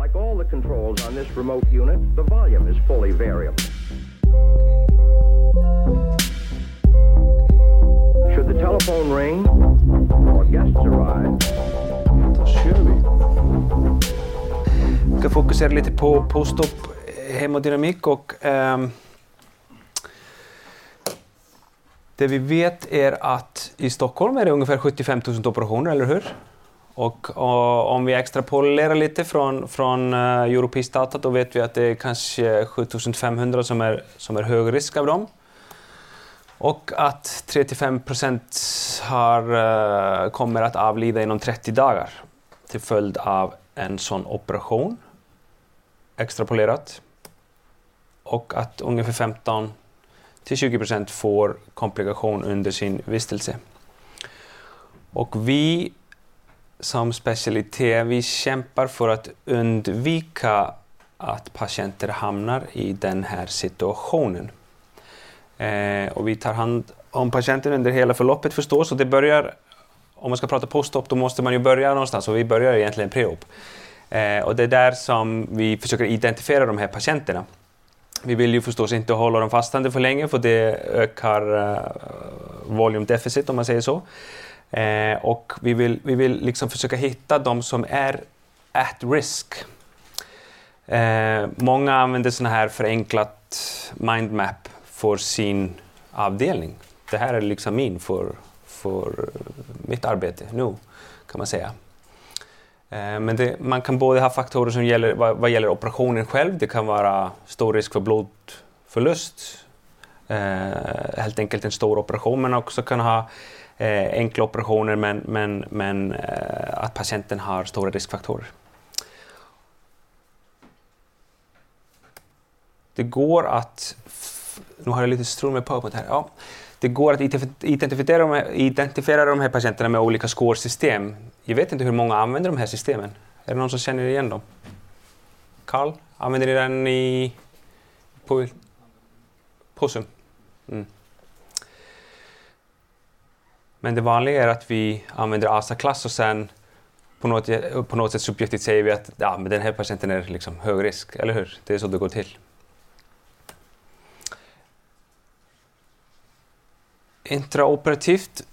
Like all the controls on this remote unit, the volume is fully variable. Should the telephone ring or guests arrive, då kör vi. Vi ska fokusera lite på postop hemodynamik och det vi vet är att i Stockholm är det ungefär 75 000 operationer, eller hur? Och om vi extrapolerar lite från europeisk data, då vet vi att det är kanske 7500 som är hög risk av dem. Och att 35% kommer att avlida inom 30 dagar till följd av en sån operation, extrapolerat. Och att ungefär 15-20% får komplikation under sin vistelse. Och vi som specialitet, vi kämpar för att undvika att patienter hamnar i den här situationen. Och vi tar hand om patienten under hela förloppet förstås, och det börjar, om man ska prata postop, då måste man ju börja någonstans, och vi börjar egentligen preop. Och det är där som vi försöker identifiera de här patienterna. Vi vill ju förstås inte hålla dem fastande för länge, för det ökar volume deficit, om man säger så. Och vi vill liksom försöka hitta de som är at risk. Många använder såna här förenklat mindmap för sin avdelning. Det här är liksom min för mitt arbete nu, kan man säga. Men man kan både ha faktorer som gäller vad gäller operationen själv. Det kan vara stor risk för blodförlust, helt enkelt en stor operation, men också kan ha enkla operationer, men att patienten har stora riskfaktorer. Det går att, nu har jag lite strul med PowerPoint här. Ja. Det går att identifiera de här patienterna med olika scoresystem. Jag vet inte hur många använder de här systemen. Är det någon som känner igen dem? Carl, använder ni den på Zoom? Mm. Men det vanliga är att vi använder ASA-klass och sen på något sätt subjektivt säger vi att ja, men den här patienten är liksom hög risk, eller hur? Det är så det går till. Intraoperativt,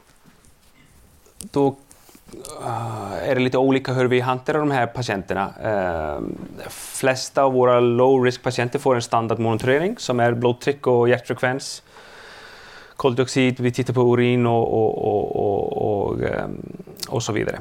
då är det lite olika hur vi hanterar de här patienterna. Flesta av våra low-risk-patienter får en standardmonitorering som är blodtryck och hjärtfrekvens, koldioxid, vi tittar på urin och så vidare.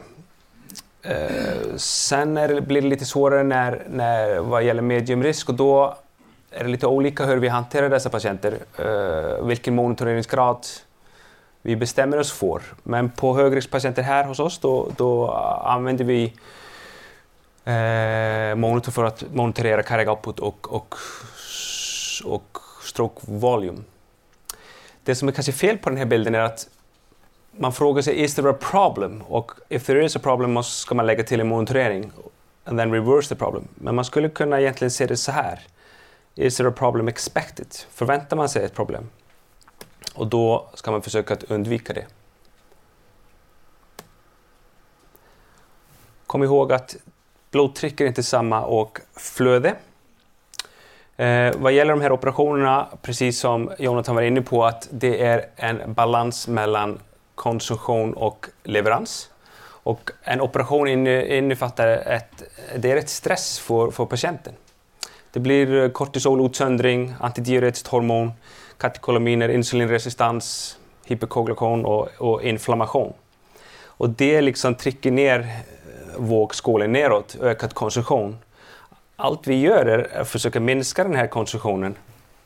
Sen blir det lite svårare när vad gäller mediumrisk, och då är det lite olika hur vi hanterar dessa patienter, vilken monitoreringsgrad vi bestämmer oss för. Men på högriskpatienter här hos oss då använder vi monitor för att monitorera cardiac output och stroke volume. Det som är kanske fel på den här bilden är att man frågar sig, is there a problem? Och if there is a problem ska man lägga till en monitorering and then reverse the problem. Men man skulle kunna egentligen se det så här. Is there a problem expected? Förväntar man sig ett problem? Och då ska man försöka att undvika det. Kom ihåg att blodtryck är inte samma och flöde. Vad gäller de här operationerna, precis som Jonathan var inne på, att det är en balans mellan konsumtion och leverans. Och en operation innefattar det är ett stress för patienten. Det blir kortisolutsöndring, antidiuretiskt hormon, katekolaminer, insulinresistans, hyperkoagulation och inflammation. Och det liksom trycker ner vågskålen neråt, ökad konsumtion. Allt vi gör är att försöka minska den här konsumtionen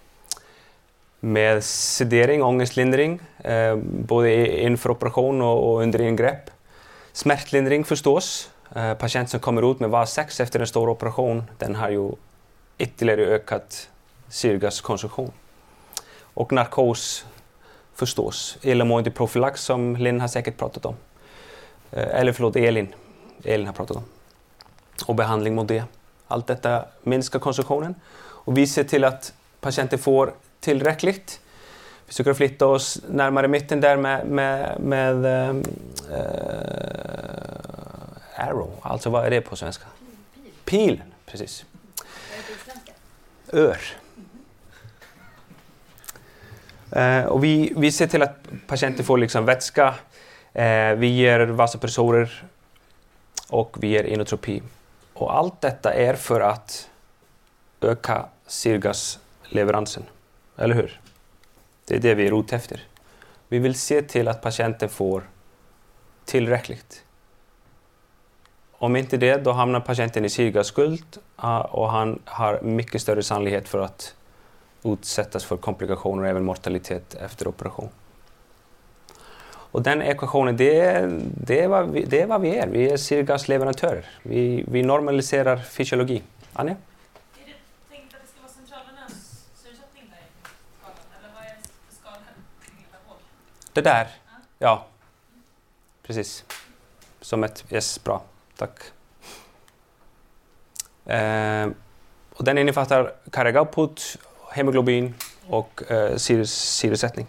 med sedering, ångestlindring, både inför operation och under ingrepp. Smärtlindring förstås. Patient som kommer ut med VAS-6 efter en stor operation, den har ju ytterligare ökat syrgaskonsumtion. Och narkos förstås. Illamående profylax som Linn har säkert pratat om. Elin har pratat om. Och behandling mot det. Allt detta minskar konsumtionen. Och vi ser till att patienter får tillräckligt. Vi försöker flytta oss närmare mitten där med arrow. Alltså vad är det på svenska? Pilen, precis. Vad är det Ör. Och vi ser till att patienten får liksom vätska. Vi ger vasopressorer och vi ger inotropi. Och allt detta är för att öka syrgasleveransen. Eller hur? Det är det vi är ute efter. Vi vill se till att patienten får tillräckligt. Om inte det, då hamnar patienten i syrgasskuld och han har mycket större sannolikhet för att utsättas för komplikationer och även mortalitet efter operation. Och den ekvationen, det är vad vi är. Vi är syrgasleverantörer. Vi normaliserar fysiologi. Anja? Är det tänkt att det ska vara centralvenös syresättning där i skalan? Eller vad är det för skalan? Det där? Ja. Precis. Som ett... Yes, bra. Tack. Och den innefattar cardiac output, hemoglobin och syresättning.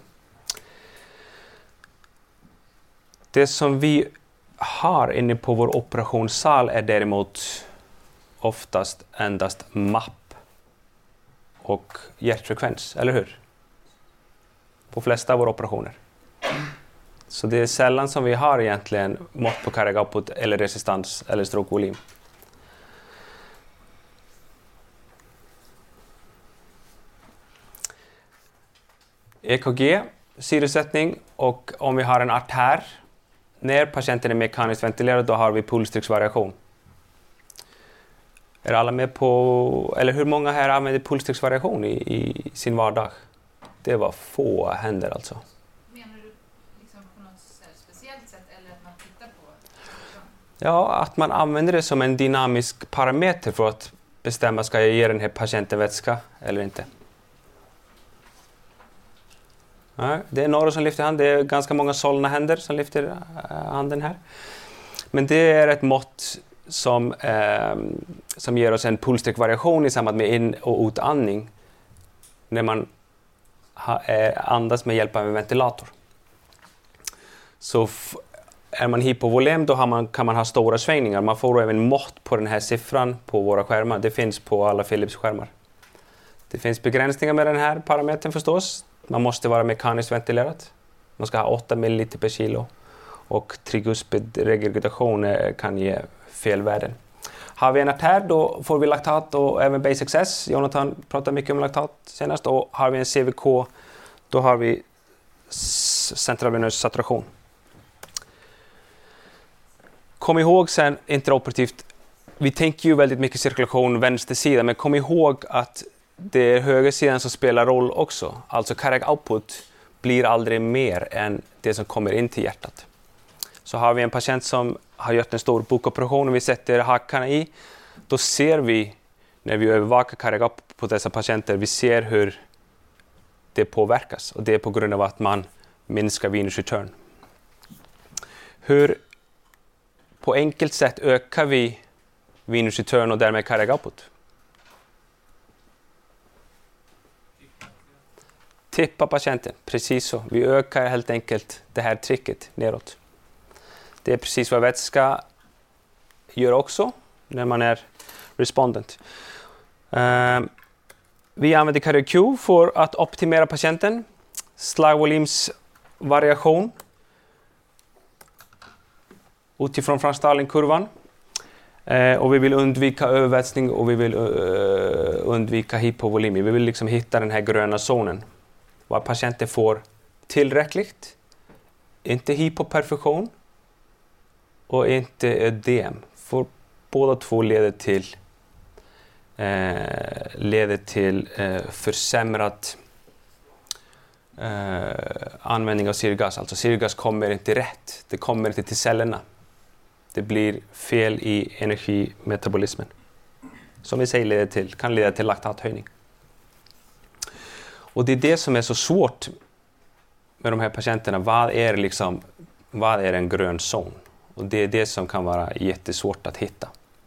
Det som vi har inne på vår operationssal är däremot oftast endast MAP och hjärtfrekvens, eller hur? På flesta av våra operationer. Så det är sällan som vi har egentligen mått på cardiac output eller resistans eller strokevolym. EKG, syresättning och om vi har en artär. När patienten är mekaniskt ventilerad då har vi pulstrycksvariation. Är alla med på, eller hur många här använder pulstrycksvariation i sin vardag? Det var få händer alltså. Menar du liksom på något speciellt sätt eller att man tittar på? Ja, att man använder det som en dynamisk parameter för att bestämma ska jag ge den här patienten vätska eller inte. Ja, det är några som lyfter hand. Det är ganska många sållna händer som lyfter handen här. Men det är ett mått som ger oss en pulstryckvariation i samband med in- och utandning när man andas med hjälp av en ventilator. Så är man hypovolem då kan man ha stora svängningar. Man får även mått på den här siffran på våra skärmar. Det finns på alla Philips-skärmar. Det finns begränsningar med den här parametern förstås. Man måste vara mekaniskt ventilerad. Man ska ha 8 ml per kilo. Och triguspid regurgitation kan ge felvärden. Har vi en artär då får vi laktat och även basic S. Jonathan pratade mycket om laktat senast. Och har vi en CVK då har vi centralvenös saturation. Kom ihåg sen intraoperativt, vi tänker ju väldigt mycket cirkulation vänster sida, men kom ihåg att det är höger sidan som spelar roll också. Alltså cardiac output blir aldrig mer än det som kommer in till hjärtat. Så har vi en patient som har gjort en stor bukoperation och vi sätter hackarna i, då ser vi när vi övervakar cardiac output på dessa patienter, vi ser hur det påverkas och det är på grund av att man minskar venous return. Hur på enkelt sätt ökar vi venous return och därmed cardiac output? Tippa patienten, precis så. Vi ökar helt enkelt det här trycket neråt. Det är precis vad vätska gör också när man är respondent. Vi använder cardiac Q för att optimera patienten. Slagvolymsvariation utifrån Frank-Starling-kurvan. Och vi vill undvika övervätskning och vi vill undvika hypovolemi. Vi vill liksom hitta den här gröna zonen. Var patienten får tillräckligt, inte hypoperfusion och inte ödem. För båda två leder till försämrad användning av syrgas. Alltså syrgas kommer inte rätt, det kommer inte till cellerna. Det blir fel i energimetabolismen. Som vi säger kan leda till laktathöjning. Och det är det som är så svårt med de här patienterna. Vad är en grön zon? Och det är det som kan vara jättesvårt att hitta.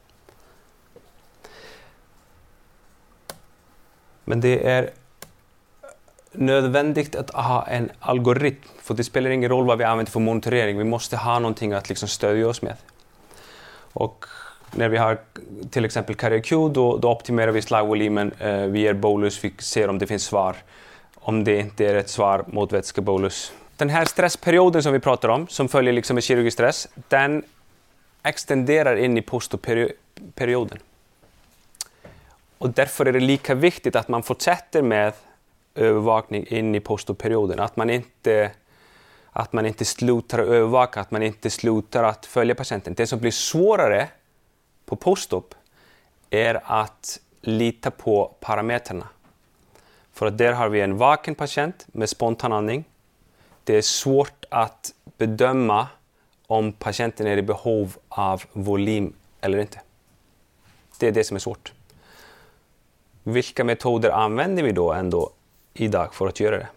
Men det är nödvändigt att ha en algoritm. För det spelar ingen roll vad vi använder för monitorering. Vi måste ha någonting att stödja oss med. Och när vi har till exempel KardiaQ, då optimerar vi slagvolymen, vi ger bolus, vi ser om det finns svar. Om det inte är ett svar mot vätskebolus. Den här stressperioden som vi pratar om, som följer liksom med kirurgisk stress, den extenderar in i postopperioden. Och därför är det lika viktigt att man fortsätter med övervakning in i postopperioden. Att man inte slutar att övervaka, att man inte slutar att följa patienten. Det som blir svårare på postop är att lita på parametrarna. För att där har vi en vaken patient med spontan andning. Det är svårt att bedöma om patienten är i behov av volym eller inte. Det är det som är svårt. Vilka metoder använder vi då ändå idag för att göra det?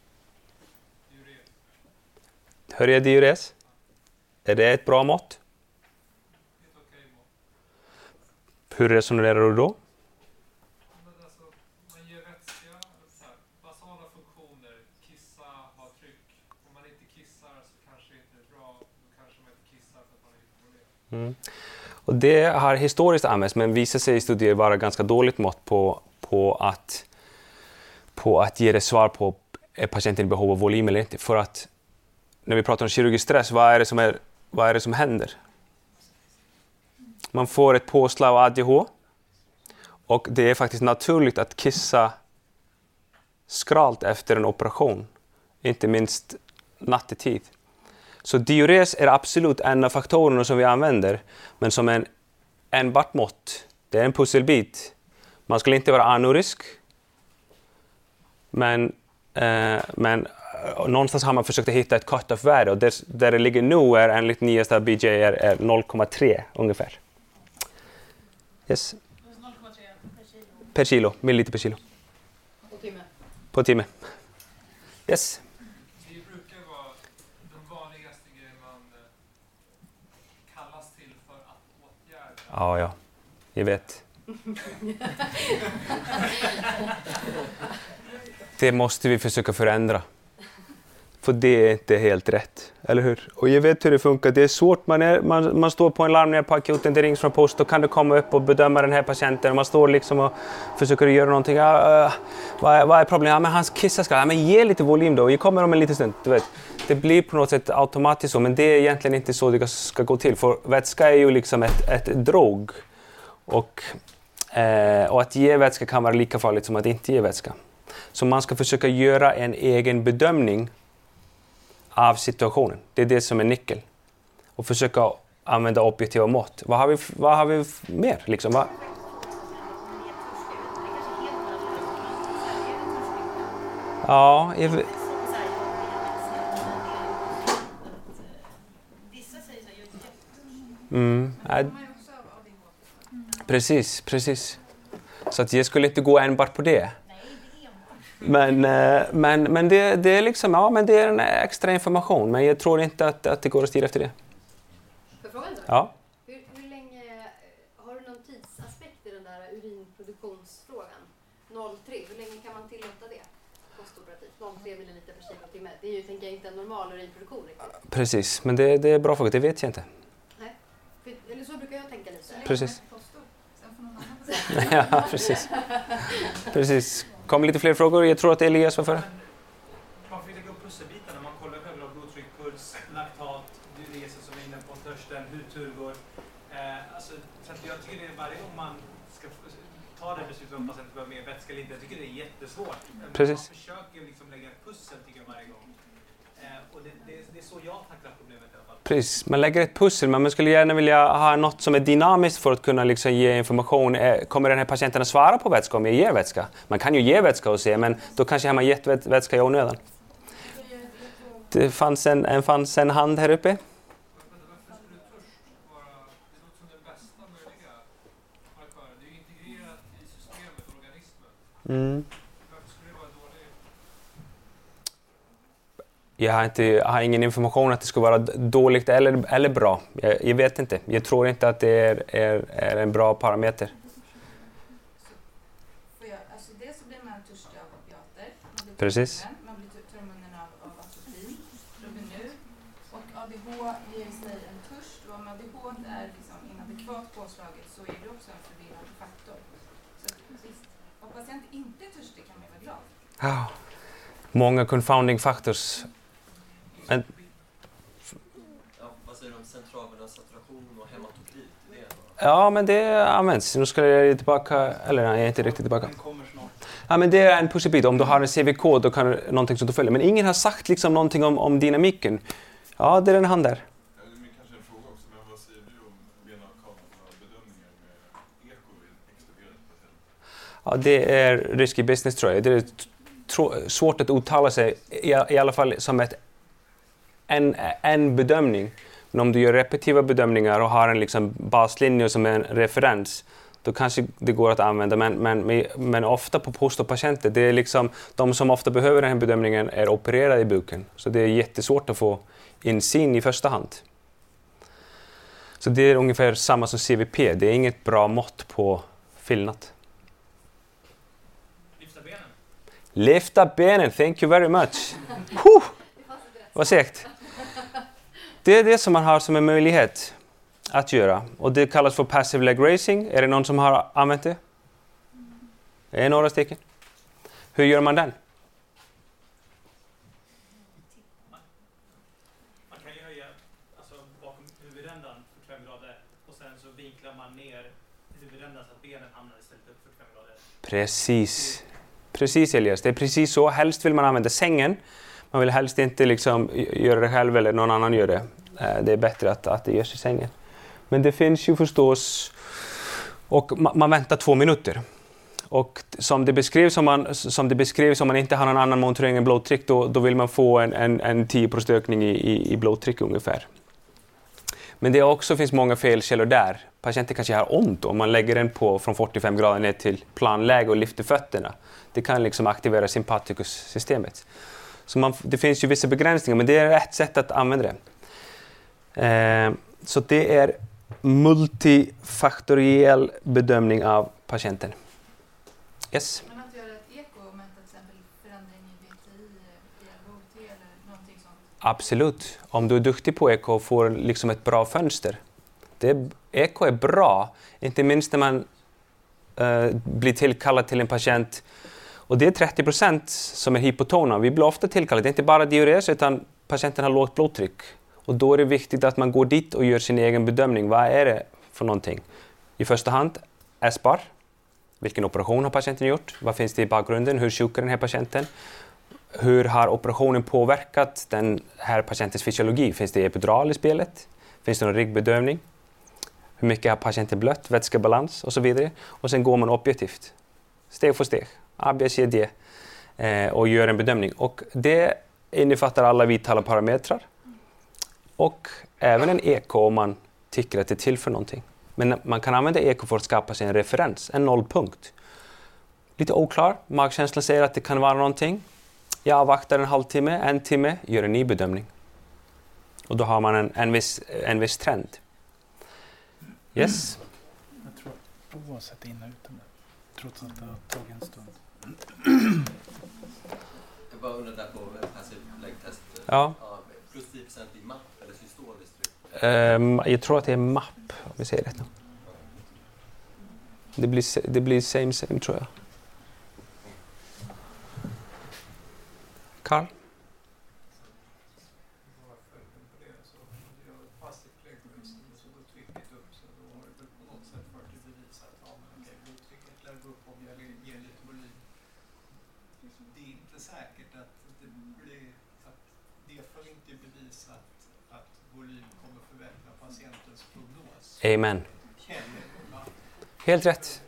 Hör jag diures? Är det ett bra mått? Hur resonerar du då? Man ger vätska, basala funktioner, kissa, ha tryck. Om man inte kissar så kanske det inte är bra, då kanske man inte kissar för att man inte får det. Och det har historiskt använts, men visar sig i studier vara ganska dåligt mått på att ge det svar på är patienten i behov av volym eller inte. För att när vi pratar om kirurgisk stress, vad är det som händer? Man får ett påslag av ADH och det är faktiskt naturligt att kissa skralt efter en operation, inte minst nattetid. Så diures är absolut en av faktorerna som vi använder, men som enbart mått. Det är en pusselbit. Man skulle inte vara anurisk, men någonstans har man försökt hitta ett cut-off-värde och där det ligger nu är enligt nyaste BJ är 0,3 ungefär. Yes. 0,3 Per kilo, milliliter per kilo. På timme. Yes. Det brukar vara den vanligaste grejen man kallas till för att åtgärda. Ja, jag vet. Det måste vi försöka förändra. För det är inte helt rätt, eller hur? Och jag vet hur det funkar. Det är svårt. Man står på en larm på akuten, det rings från post, då kan du komma upp och bedöma den här patienten. Man står liksom och försöker göra någonting. Vad är problemet? Ja, men hans kissa ska. Ja, men ge lite volym då. Jag kommer om en liten stund. Du vet. Det blir på något sätt automatiskt så, men det är egentligen inte så det ska gå till. För vätska är ju liksom ett drog. Och att ge vätska kan vara lika farligt som att inte ge vätska. Så man ska försöka göra en egen bedömning av situationen. Det är det som är nyckeln. Och försöka använda objektiva mått. Vad har vi mer? Liksom? Ja, Vissa säger så här, Precis. Så att jag skulle inte gå enbart på det. Men det är liksom, ja, men det är en extra information. Men jag tror inte att det går att styra efter det. För frågan då? Ja. Hur länge, har du någon tidsaspekt i den där urinproduktionsfrågan? 0,3, hur länge kan man tillåta det? Postoperativt, 0,3 milliliter per kilotimme. Det är ju, tänker jag, inte en normal urinproduktion riktigt. Precis, men det är bra fråga, det vet jag inte. Nej, eller så brukar jag tänka lite. Precis. Ja, precis. Kom lite fler frågor. Jag tror att Elias var före. Man får lägga upp pusselbitarna. Man kollar själv blodtryck, puls, laktat, diureser som är inne på törsten, hudturgor. Så att jag tycker det är varje gång man ska ta det beslutet om patienten behöver mer vätska eller inte. Jag tycker det är jättesvårt. Precis. Man försöker liksom lägga ett pussel tycker jag varje gång. Och det är så jag tacklar problemet i alla fall. Precis, man lägger ett pussel, men man skulle gärna vilja ha något som är dynamiskt för att kunna liksom ge information. Kommer den här patienten att svara på vätska om jag ger vätska? Man kan ju ge vätska och se, men då kanske har man gett vätska i onödan. Det fanns en hand här uppe. Varför skulle törst vara, det låter som den bästa möjliga markören. Det är ju integrerat i systemet, organismen. Varför skulle det vara dåligt? Jag har ingen information att det ska vara dåligt eller bra. Jag vet inte. Jag tror inte att det är en bra parameter. Alltså dels så blir man törstig av opiater. Precis. Man blir törrmunnen av atropin, Robinur. Och ADH ger sig en törst. Och om ADH är liksom inadekvat på påslaget så är det också en förvirrande faktor. Så visst, om patienten inte är törstig kan man vara glad. Ja. Många confounding factors. Ja, vad säger du om centralvenös saturation och hematokrit? Det är Ja, men det används. Nu ska jag ge tillbaka, eller nej, jag är inte riktigt tillbaka. Den kommer snart. Ja, men det är en pusselbit. Om du har en CVK då kan du någonting som du följer. Men ingen har sagt liksom någonting om dynamiken. Ja, det är den han där. Det är kanske en fråga också, men vad säger du om bedömningar med eko vid extuberade patienter? Ja, det är risky business tror jag. Det är svårt att uttala sig, i alla fall som en bedömning. Men om du gör repetitiva bedömningar och har en liksom baslinje som en referens, då kanske det går att använda. Men ofta på postopatienter, det är liksom de som ofta behöver den här bedömningen är opererade i buken. Så det är jättesvårt att få insyn i första hand. Så det är ungefär samma som CVP. Det är inget bra mått på fyllnad. Lyfta benen. Lyfta benen, thank you very much. Vad segt. Det är det som man har som en möjlighet att göra. Och det kallas för passive leg raising. Är det någon som har använt det? Det är några stycken. Hur gör man den? Man kan ju höja bakom huvudändan 45 grader och sen så vinklar man ner huvudändan så att benen hamnar istället upp 45 grader. Precis. Precis Elias, det är precis så. Helst vill man använda sängen. Man vill helst inte liksom göra det själv eller någon annan gör det. Det är bättre att det görs i sängen. Men det finns ju förstås, och man väntar 2 minuter. Och som det beskrivs om man inte har någon annan monitorering än blodtryck, då vill man få en 10% ökning i blodtryck ungefär. Men det också finns många felkällor där. Patienten kanske har ont om man lägger den på från 45 grader ner till planläge och lyfter fötterna. Det kan liksom aktivera sympaticus-systemet. Så det finns ju vissa begränsningar, men det är ett sätt att använda det. Så det är multifaktoriell bedömning av patienten. Yes. Men att göra ett eko med till exempel förändring i VTI, ILVT eller någonting sånt? Absolut. Om du är duktig på eko och får liksom ett bra fönster. Eko är bra, inte minst när man blir tillkallad till en patient. Och det är 30% som är hypotona. Vi blir ofta tillkallade, det är inte bara diures utan patienten har lågt blodtryck. Och då är det viktigt att man går dit och gör sin egen bedömning. Vad är det för någonting? I första hand, SBAR. Vilken operation har patienten gjort? Vad finns det i bakgrunden? Hur sjuk är den här patienten? Hur har operationen påverkat den här patientens fysiologi? Finns det epidural i spelet? Finns det någon ryggbedövning? Hur mycket har patienten blött? Vätskebalans och så vidare. Och sen går man objektivt. Steg för steg. A, B, C, D. Och gör en bedömning. Och det innefattar alla vitala parametrar. Och även en eko om man tycker att det är till för någonting. Men man kan använda eko för att skapa sig en referens, en nollpunkt. Lite oklar, magkänslan säger att det kan vara någonting. Jag avvaktar en halvtimme, en timme, gör en ny bedömning. Och då har man en viss trend. Yes? Jag tror oavsett in och utan det, trots att det har tagit en stund. Jag bara undrar där på passive leg test. Ja. Plus 10% i MAP eller systoliskt tryck? Jag tror att det är MAP, om vi säger rätt nu. Det blir same tror jag. Carl? Amen. Helt rätt.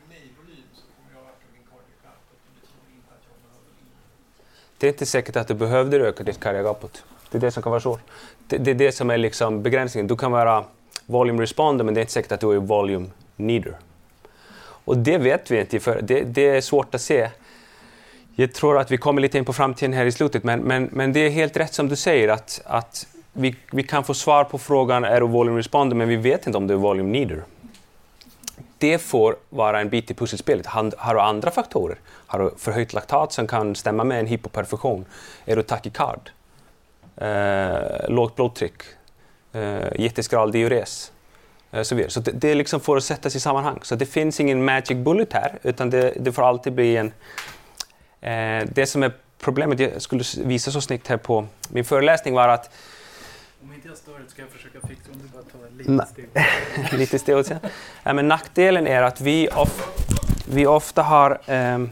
Det är inte säkert att du behövde öka ditt kardiagapot. Det är det som kan vara svårt. Det är det som är liksom begränsningen. Du kan vara volume responder, men det är inte säkert att du är volume needer. Och det vet vi inte, för det är svårt att se. Jag tror att vi kommer lite in på framtiden här i slutet, men det är helt rätt som du säger att vi kan få svar på frågan är du volume responder, men vi vet inte om du är volume needer. Det får vara en bit i pusselspelet. Har du andra faktorer? Har du förhöjt laktat som kan stämma med en hypoperfusion? Är du tachykard? Lågt blodtryck? Jätteskral diures? Så vidare. Så det är liksom för att sättas i sammanhang. Så det finns ingen magic bullet här, utan det får alltid bli en... det som är problemet, jag skulle visa så snyggt här på min föreläsning, var att... Om inte jag stör ska jag försöka fixa, om du bara tar lite steg. Lite steg åt sidan. Men nackdelen är att vi ofta har...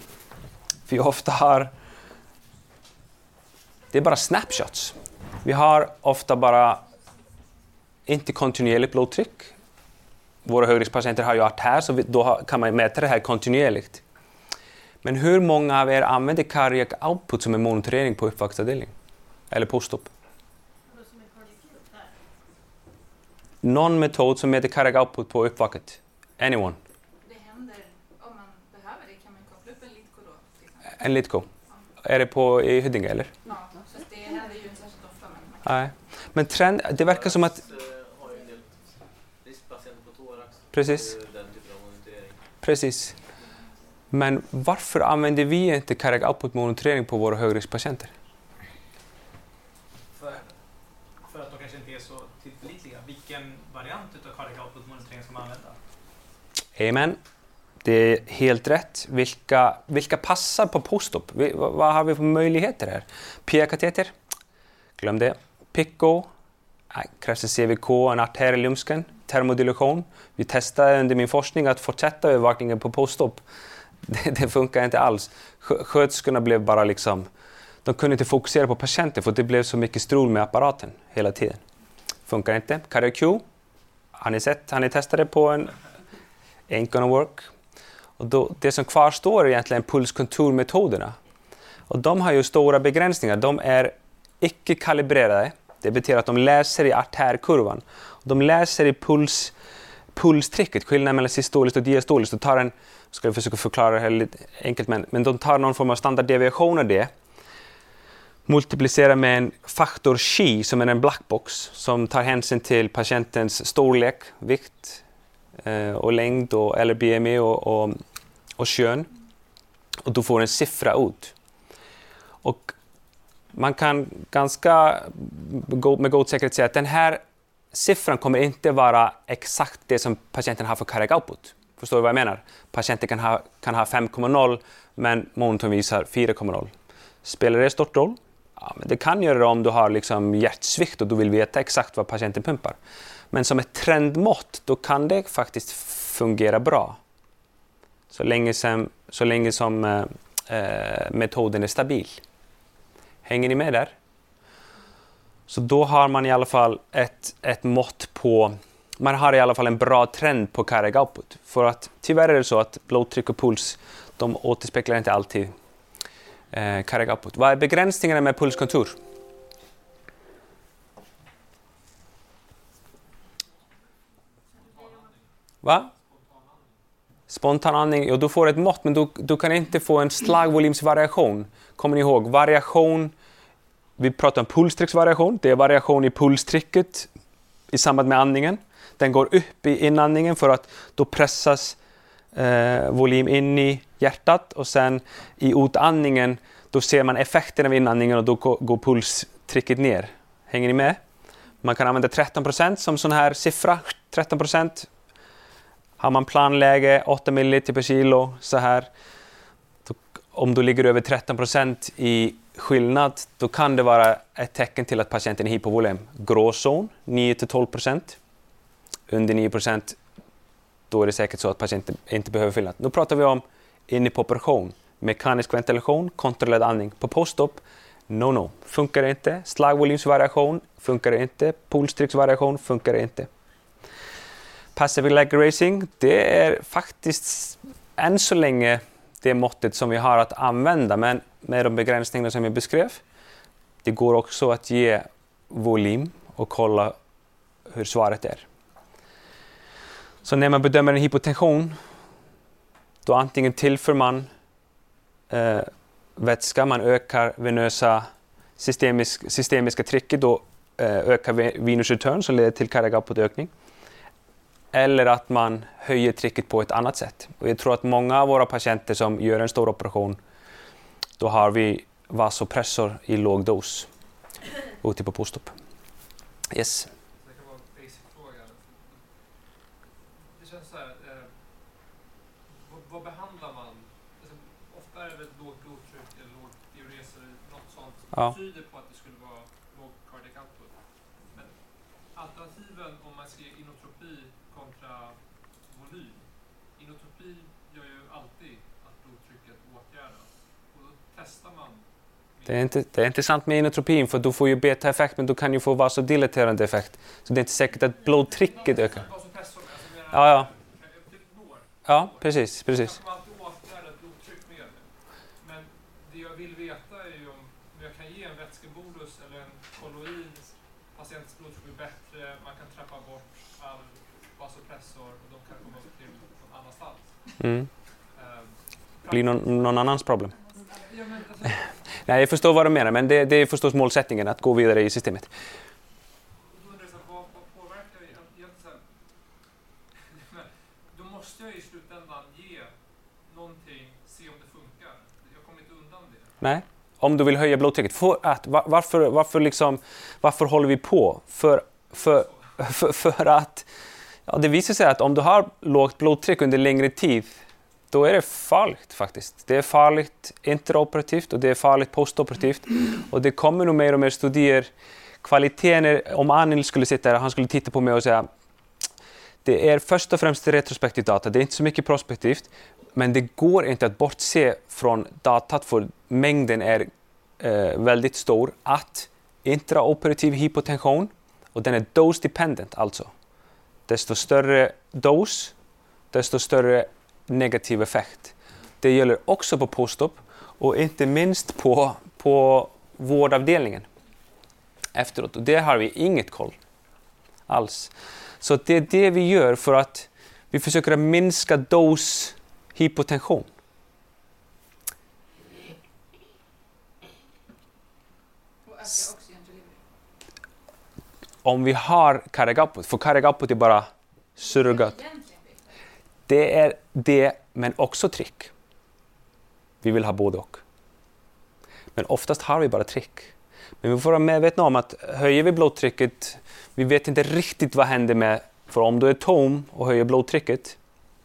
det är bara snapshots. Vi har ofta bara inte kontinuerligt blodtryck. Våra högriskpatienter har ju artär, så då kan man mäta det här kontinuerligt. Men hur många av er använder cardiac output som en monitorering på uppvaktsavdelning? Eller postop? Någon metod som mäter cardiac output på uppvaket? Anyone? Det händer om man behöver det, kan man koppla upp en Litco då. En Litco? Är det i Huddinge eller? Ja, så det händer ju inte särskilt ofta. Men Nej. Men det verkar som att... har ju en del riskpatienter på thorax. Precis. Den typen av monitorering. Precis. Men varför använder vi inte cardiac output-monitorering på våra högriskpatienter? För att de kanske inte är så tillförlitliga. Vilken variant av cardiac output-monitorering ska man använda? Amen. Det är helt rätt. Vilka passar på postop? Vad har vi för möjligheter här? PIA-kateter? Glöm det. Pico? Krävs det CVK, en artär i ljumsken? Termodilation? Vi testade under min forskning att fortsätta övervakningen på postop. Det funkar inte alls. Sköterskorna blev bara liksom... De kunde inte fokusera på patienten för det blev så mycket strul med apparaten hela tiden. Funkar inte. Cardiac Q? Har ni testat det på en... Ain't gonna work. Och då, det som kvarstår är egentligen pulskonturmetoderna. Och de har ju stora begränsningar. De är icke kalibrerade. Det betyder att de läser i artärkurvan. De läser i pulstricket, skillnaden mellan systoliskt och diastoliskt. De tar ska jag försöka förklara det här lite enkelt, men de tar någon form av standarddeviation av det. Multiplicerar med en faktor chi som är en blackbox som tar hänsyn till patientens storlek, vikt och längd eller BMI och kön. Och du får en siffra ut. Och man kan med god säkerhet säga att den här siffran kommer inte vara exakt det som patienten har för cardiac output. Förstår du vad jag menar? Patienten kan ha 5,0 men monitorn visar 4,0. Spelar det stor roll? Ja, men det kan göra det om du har liksom hjärtsvikt och du vill veta exakt vad patienten pumpar. Men som ett trendmått då kan det faktiskt fungera bra. Så länge som metoden är stabil. Hänger ni med där? Så då har man i alla fall ett mått på... Man har i alla fall en bra trend på cardiac output. För att tyvärr är det så att blodtryck och puls, de återspeglar inte alltid cardiac output. Vad är begränsningarna med pulskontur? Va? Spontan andning, ja, du får ett mått men du kan inte få en slagvolymsvariation. Kommer ni ihåg? Variation, vi pratar om pulstrycksvariation, det är variation i pulstrycket i samband med andningen. Den går upp i inandningen för att då pressas volym in i hjärtat och sen i utandningen då ser man effekten av inandningen och då går pulstrycket ner. Hänger ni med? Man kan använda 13% som sån här siffra. 13%. Har man planläge 8 ml per kilo så här. Då, om du ligger över 13% i skillnad då kan det vara ett tecken till att patienten är hypovolym. Gråzon 9-12%. Under 9% då är det säkert så att patienten inte behöver fylla. Nu pratar vi om inne på operation. Mekanisk ventilation, kontrollerad andning. På postop, no. Funkar det inte. Slagvolymsvariation, funkar det inte. Pulstrycksvariation, funkar det inte. Passive leg racing, det är faktiskt än så länge det måttet som vi har att använda. Men med de begränsningar som jag beskrev. Det går också att ge volym och kolla hur svaret är. Så när man bedömer en hypotension då antingen tillför man vätska, man ökar venösa systemiska trycket, då ökar venous return som leder till cardiac output-ökning. Eller att man höjer trycket på ett annat sätt. Och jag tror att många av våra patienter som gör en stor operation, då har vi vasopressor i låg dos ute på postop. Yes. Det kan vara en basic fråga. vad behandlar man? Alltså, ofta är det väl lågt blodtryck eller låg diures eller något sånt som Ja. tyder på att det skulle vara låg cardiac output. Men alternativen om man ska ge inotropi kontra volym. Inotropi gör ju alltid att blodtrycket åtgärdas. Och då testar man. Det är inte sant med inotropin, för du får ju beta-effekt, men du kan ju få vasodilaterande effekt. Så det är inte säkert att blodtrycket ökar. Ja. Ja, precis. Man kan alltid åtgärda ett blodtryck med det. Men det jag vill veta är ju om jag kan ge en vätskebolus eller en kolloid, patientens blodtryck blir bättre, man kan trappa bort all vasopressor och de kan komma upp till någon annanstans. Blir någon annans problem. Ja, men, alltså, Nej, jag förstår vad du menar, men det är förstås målsättningen att gå vidare i systemet. då undrar jag så här, vad påverkar jag så här, då måste jag i slutändan ge någonting, se om det funkar. Jag kommer inte undan det. Nej, om du vill höja blodtrycket. För att, varför håller vi på? För att det visar sig att om du har lågt blodtryck under längre tid, då är det farligt faktiskt. Det är farligt intraoperativt och det är farligt postoperativt. Och det kommer nog mer och mer studier. Kvaliteten, om Anil skulle sitta här, han skulle titta på mig och säga, det är först och främst retrospektiv data, det är inte så mycket prospektivt. Men det går inte att bortse från datat, för mängden är väldigt stor, att intraoperativ hypotension, och den är dose dependent alltså. Desto större dos, desto större negativ effekt. Det gäller också på postop och inte minst på vårdavdelningen efteråt. Och det har vi inget koll alls. Så det är det vi gör för att vi försöker minska dos hypotension. Och öka oxygen till livet. Om vi har cardiac output, för cardiac output är bara surrogat. Det är det, men också tryck. Vi vill ha både och. Men oftast har vi bara tryck. Men vi får vara medvetna om att höjer vi blodtrycket, vi vet inte riktigt vad händer med, för om du är tom och höjer blodtrycket,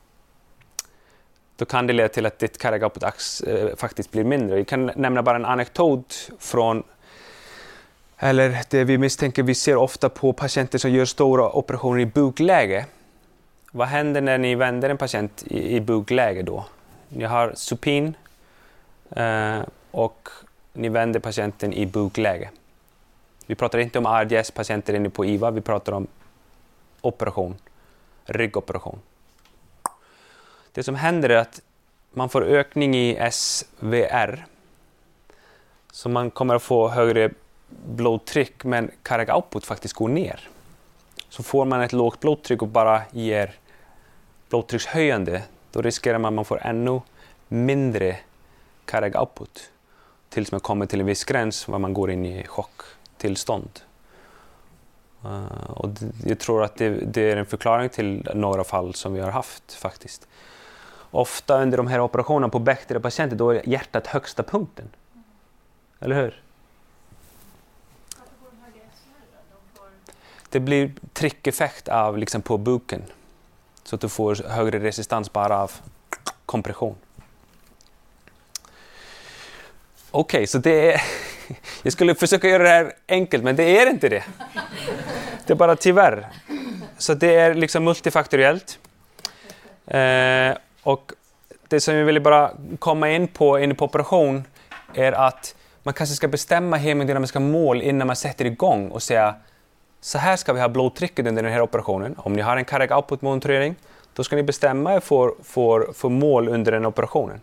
då kan det leda till att ditt cardiac output faktiskt blir mindre. Jag kan nämna bara en anekdot från, eller det vi misstänker, vi ser ofta på patienter som gör stora operationer i bukläge. Vad händer när ni vänder en patient i bukläge då? Ni har supin och ni vänder patienten i bukläge. Vi pratar inte om RDS-patienter inne på IVA, vi pratar om operation, ryggoperation. Det som händer är att man får ökning i SVR. Så man kommer att få högre blodtryck, men cardiac output faktiskt går ner. Så får man ett lågt blodtryck och bara ger blodtryckshöjande, då riskerar man att man får ännu mindre cardiac output. Tills man kommer till en viss gräns var man går in i chocktillstånd. Och jag tror att det är en förklaring till några fall som vi har haft faktiskt. Ofta under de här operationerna på Bechdel-patienter, då är hjärtat högsta punkten. Eller hur? Det blir tryckeffekt av liksom på buken. Så att du får högre resistans bara av kompression. Okej, så det är... Jag skulle försöka göra det här enkelt, men det är inte det. Det är bara tyvärr. Så det är liksom multifaktoriellt. Och det som jag ville bara komma in på operation är att man kanske ska bestämma hemodynamiska mål innan man sätter igång och säga, så här ska vi ha blodtrycket under den här operationen. Om ni har en cardiac output monitorering, då ska ni bestämma er för mål under den operationen.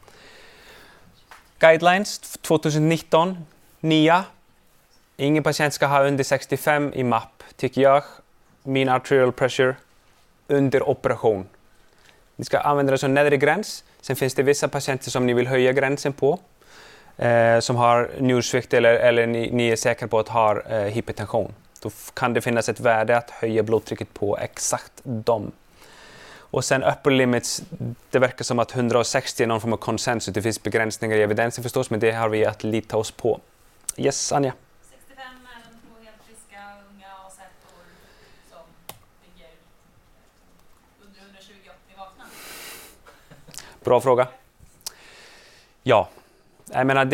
Guidelines 2019, nya. Ingen patient ska ha under 65 i MAP, tycker jag. Mean arterial pressure under operation. Ni ska använda det som nedre gräns. Sen finns det vissa patienter som ni vill höja gränsen på. Som har njursvikt eller ni är säkra på att ha hypertension. Då kan det finnas ett värde att höja blodtrycket på exakt dem. Och sen upper limits, det verkar som att 160 är någon form av konsensus. Det finns begränsningar i evidensen förstås, men det har vi att lita oss på. Yes, Anja? 65 även på helt friska, unga och sättor som ligger under 120 i vakna. Bra fråga. Ja, jag menar,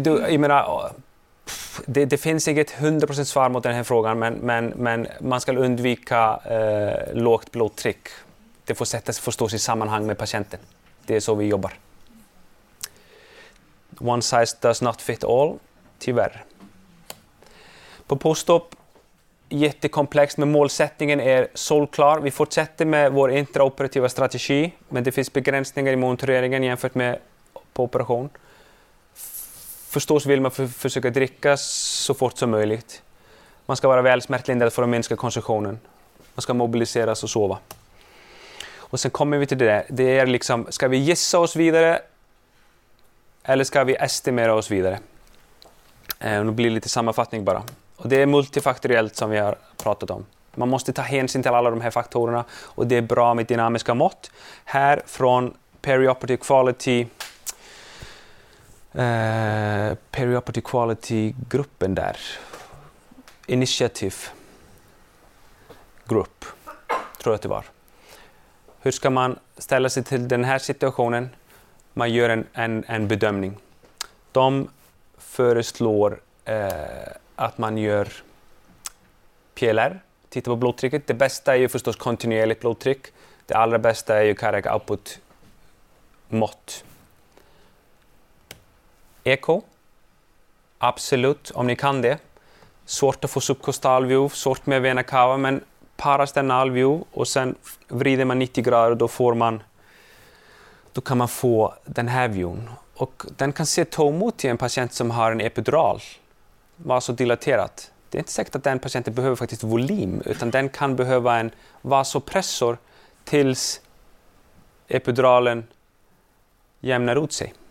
det finns inget 100% svar mot den här frågan, men man ska undvika lågt blodtryck. Det får förstås i sammanhang med patienten. Det är så vi jobbar. One size does not fit all, tyvärr. På postop, jättekomplext, men målsättningen är solklar. Vi fortsätter med vår intraoperativa strategi, men det finns begränsningar i monitoreringen jämfört med på operation. Förstås vill man försöka dricka så fort som möjligt. Man ska vara väl smärtlindrad för att minska konsumtionen. Man ska mobiliseras och sova. Och sen kommer vi till det. Det är liksom, ska vi gissa oss vidare eller ska vi estimera oss vidare? Det blir lite sammanfattning bara. Och det är multifaktoriellt som vi har pratat om. Man måste ta hänsyn till alla de här faktorerna och det är bra med dynamiska mått. Här från Perioperative Quality-gruppen där. Initiative Group, tror jag att det var. Hur ska man ställa sig till den här situationen? Man gör en bedömning. De föreslår att man gör PLR, titta på blodtrycket. Det bästa är ju förstås kontinuerligt blodtryck. Det allra bästa är ju cardiac output mått. Eko, absolut, om ni kan det. Svårt att få subcostal view, svårt med vena cava, men parasternal view och sen vrider man 90 grader, då kan man få den här viewn. Och den kan se tom ut till en patient som har en epidural, vasodilaterat. Det är inte säkert att den patienten behöver faktiskt volym, utan den kan behöva en vasopressor tills epiduralen jämnar ut sig.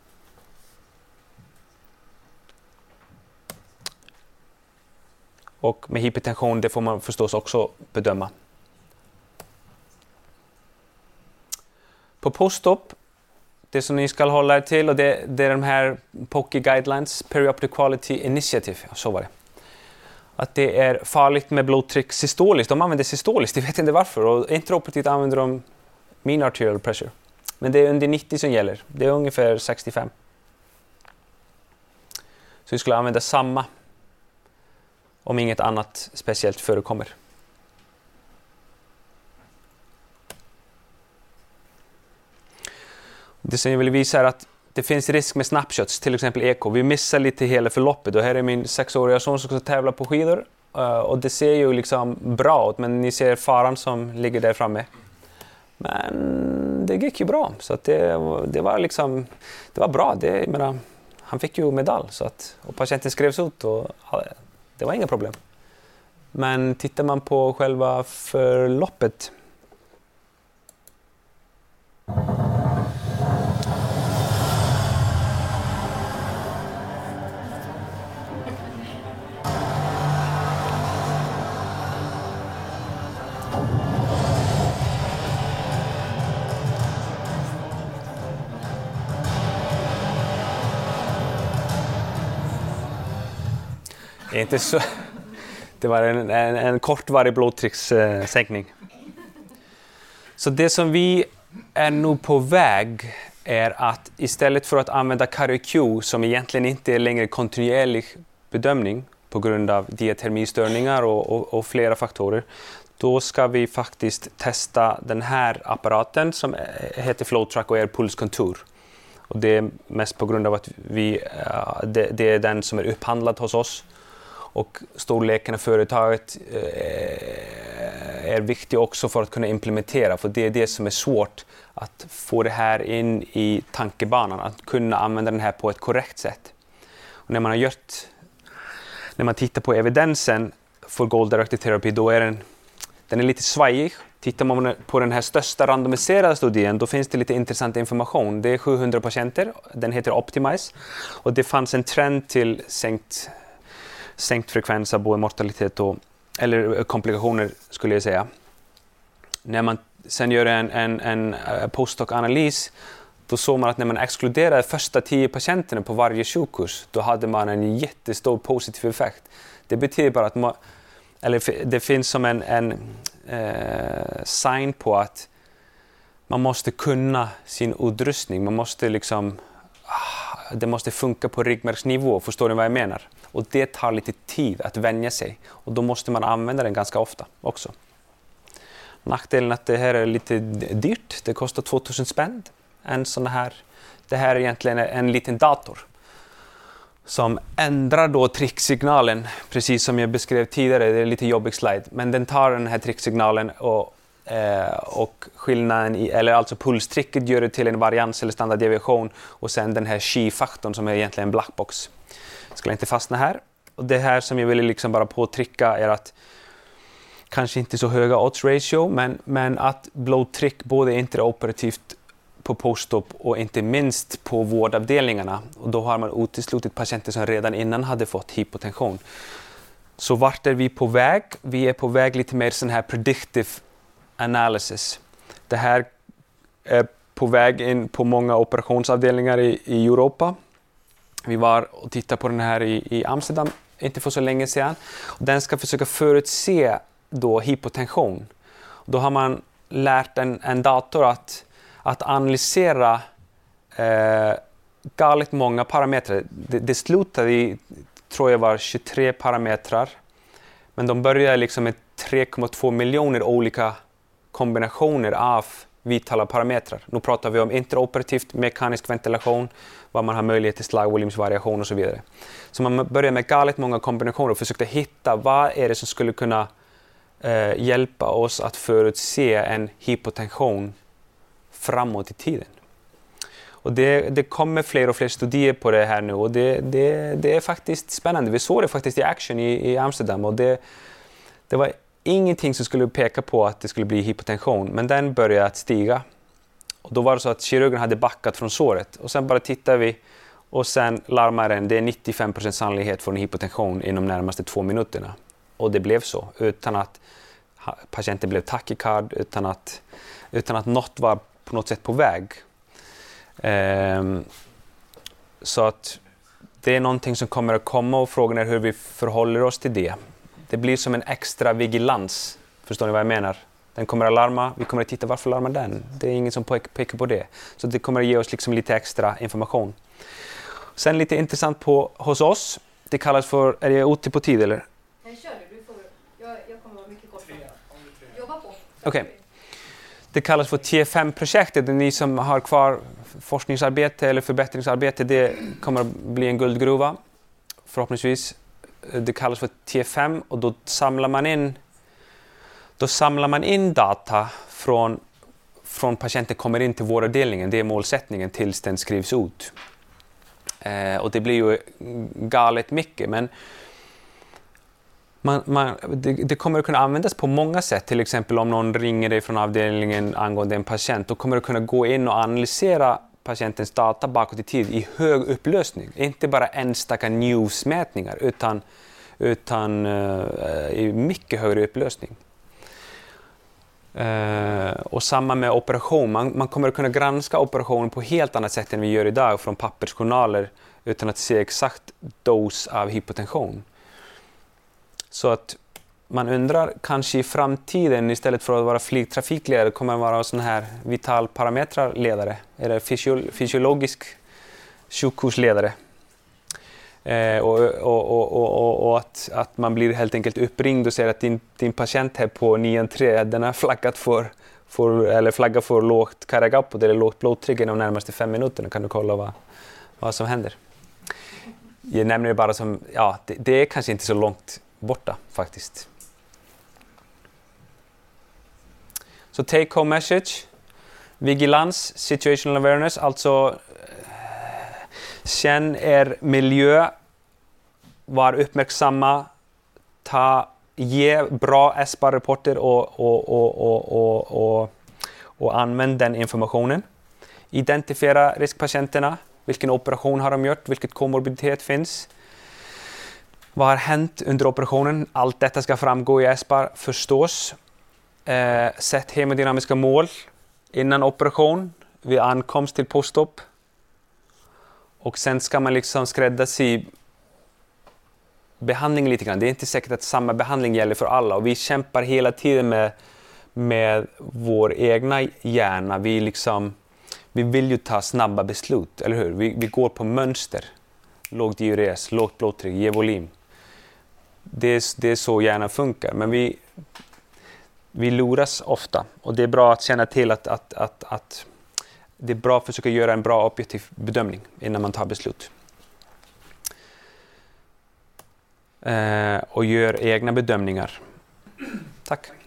Och med hypertension, det får man förstås också bedöma. På postop, det som ni ska hålla er till, och det är de här POCI Guidelines, Perioperative Quality Initiative, så var det. Att det är farligt med blodtryck systoliskt. De använder systoliskt, jag vet inte varför. Och intraoperativt använder de mean arterial pressure. Men det är under 90 som gäller. Det är ungefär 65. Så vi skulle använda samma om inget annat speciellt förekommer. Det som jag vill visa är att det finns risk med snapshots, till exempel eko. Vi missar lite hela förloppet och här är min 6-åriga son som ska tävla på skidor. Och det ser ju liksom bra ut, men ni ser faran som ligger där framme. Men det gick ju bra, så att det var bra. Han fick ju medalj, så att, och patienten skrevs ut och det var inga problem. Men tittar man på själva förloppet inte så. Det var en kortvarig blodtryckssänkning. Så det som vi är nu på väg är att istället för att använda CardioQ, som egentligen inte är längre kontinuerlig bedömning på grund av diatermistörningar och flera faktorer, då ska vi faktiskt testa den här apparaten som heter FlowTrack och är pulskontur. Och det är mest på grund av att det är den som är upphandlad hos oss. Och storleken av företaget är viktig också för att kunna implementera. För det är det som är svårt, att få det här in i tankebanan. Att kunna använda den här på ett korrekt sätt. Och när man tittar på evidensen för goal-directed therapy, då är den är lite svajig. Tittar man på den här största randomiserade studien, då finns det lite intressant information. Det är 700 patienter, den heter Optimize. Och det fanns en trend till sänkt frekvens av både mortalitet eller komplikationer, skulle jag säga. När man sen gör en postdoc-analys, då såg man att när man exkluderade första 10 patienterna på varje sjukhus, då hade man en jättestor positiv effekt. Det betyder bara att det finns som en sign på att man måste kunna sin utrustning. Man måste liksom, det måste funka på ryggmärgsnivå, förstår ni vad jag menar? Och det tar lite tid att vänja sig. Och då måste man använda den ganska ofta också. Nackdelen att det här är lite dyrt. Det kostar 2000 spänn. En sån här, det här är egentligen en liten dator som ändrar då trycksignalen, precis som jag beskrev tidigare. Det är en lite jobbig slide, men den tar den här trycksignalen och skillnaden eller alltså pulstrycket gör det till en varians eller standarddeviation, och sen den här chi-faktorn som är egentligen en blackbox. Jag ska inte fastna här. Och det här som jag ville liksom bara påtrycka är att kanske inte så höga odds ratio, men att blodtryck både intraoperativt på postop och inte minst på vårdavdelningarna. Och då har man uteslutit patienter som redan innan hade fått hypotension. Så vart är vi på väg? Vi är på väg lite mer sån här predictive analysis. Det här är på väg in på många operationsavdelningar i Europa. Vi var och tittade på den här i Amsterdam inte för så länge sedan. Den ska försöka förutse då hypotension. Då har man lärt en dator att analysera galet många parametrar. Det slutade i, tror jag var 23 parametrar. Men de började liksom med 3,2 miljoner olika kombinationer av vitala parametrar. Nu pratar vi om intraoperativt mekanisk ventilation, vad man har möjlighet till slagvolymsvariation och så vidare. Så man började med galet många kombinationer och försökte hitta vad är det som skulle kunna hjälpa oss att förutse en hypotension framåt i tiden. Och det kommer fler och fler studier på det här nu, och det är faktiskt spännande. Vi såg det faktiskt i action i Amsterdam, och det var ingenting som skulle peka på att det skulle bli hypotension, men den började att stiga. Och då var det så att kirurgen hade backat från såret, och sen bara tittar vi och sen larmar den, det är 95% sannolikhet för en hypotension inom närmaste 2 minuterna. Och det blev så, utan att patienten blev tachykard, utan att något var på något sätt på väg. Så att det är någonting som kommer att komma, och frågan är hur vi förhåller oss till det. Det blir som en extra vigilans, förstår ni vad jag menar? Den kommer att larma, vi kommer att titta varför larmar den. Det är ingen som pekar på det. Så det kommer att ge oss liksom lite extra information. Sen lite intressant hos oss, det kallas för, är jag ute på tid eller? Nej, kör du får, jag kommer vara mycket kort. Jobba på. Okej. Det kallas för T5-projektet. Ni som har kvar forskningsarbete eller förbättringsarbete, det kommer att bli en guldgruva förhoppningsvis. Det kallas för T5, och då samlar man in data från patienter kommer in till vårdavdelningen. Det är målsättningen tills den skrivs ut. Och det blir ju galet mycket, men det kommer att kunna användas på många sätt. Till exempel om någon ringer dig från avdelningen angående en patient, då kommer du kunna gå in och analysera patientens data bakåt i tid i hög upplösning. Inte bara enstaka newsmätningar, utan i mycket högre upplösning. Och samma med operation. Man kommer att kunna granska operationen på helt annat sätt än vi gör idag från pappersjournaler, utan att se exakt dos av hypotension. Så att man undrar, kanske i framtiden istället för att vara flygtrafikledare kommer man vara sån här vital parametrarledare eller fysiologisk sjukhusledare. Och att man blir helt enkelt uppringd och säger att din patient här på 9-3, den har flaggat för lågt karagapot eller lågt blodtryck inom de närmaste 5 minuterna. Kan du kolla vad som händer? Jag nämner det bara som, ja, det är kanske inte så långt borta faktiskt. Så take home message, vigilans, situational awareness, alltså känn er miljö, var uppmärksamma, ge bra SBAR-rapporter och använd den informationen. Identifiera riskpatienterna, vilken operation har de gjort, vilket komorbiditet finns. Vad har hänt under operationen? Allt detta ska framgå i SBAR förstås. Sätt hemodynamiska mål innan operation, vid ankomst till postop. Och sen ska man liksom skräddarsy behandling lite grann. Det är inte säkert att samma behandling gäller för alla. Och vi kämpar hela tiden med med vår egna hjärna, vi vill ju ta snabba beslut, eller hur? Vi går på mönster. Lågt diures, lågt blodtryck, ge volym. Det är så hjärnan funkar, men vi luras ofta. Och det är bra att känna till att det är bra att försöka göra en bra objektiv bedömning innan man tar beslut. Och gör egna bedömningar. Tack.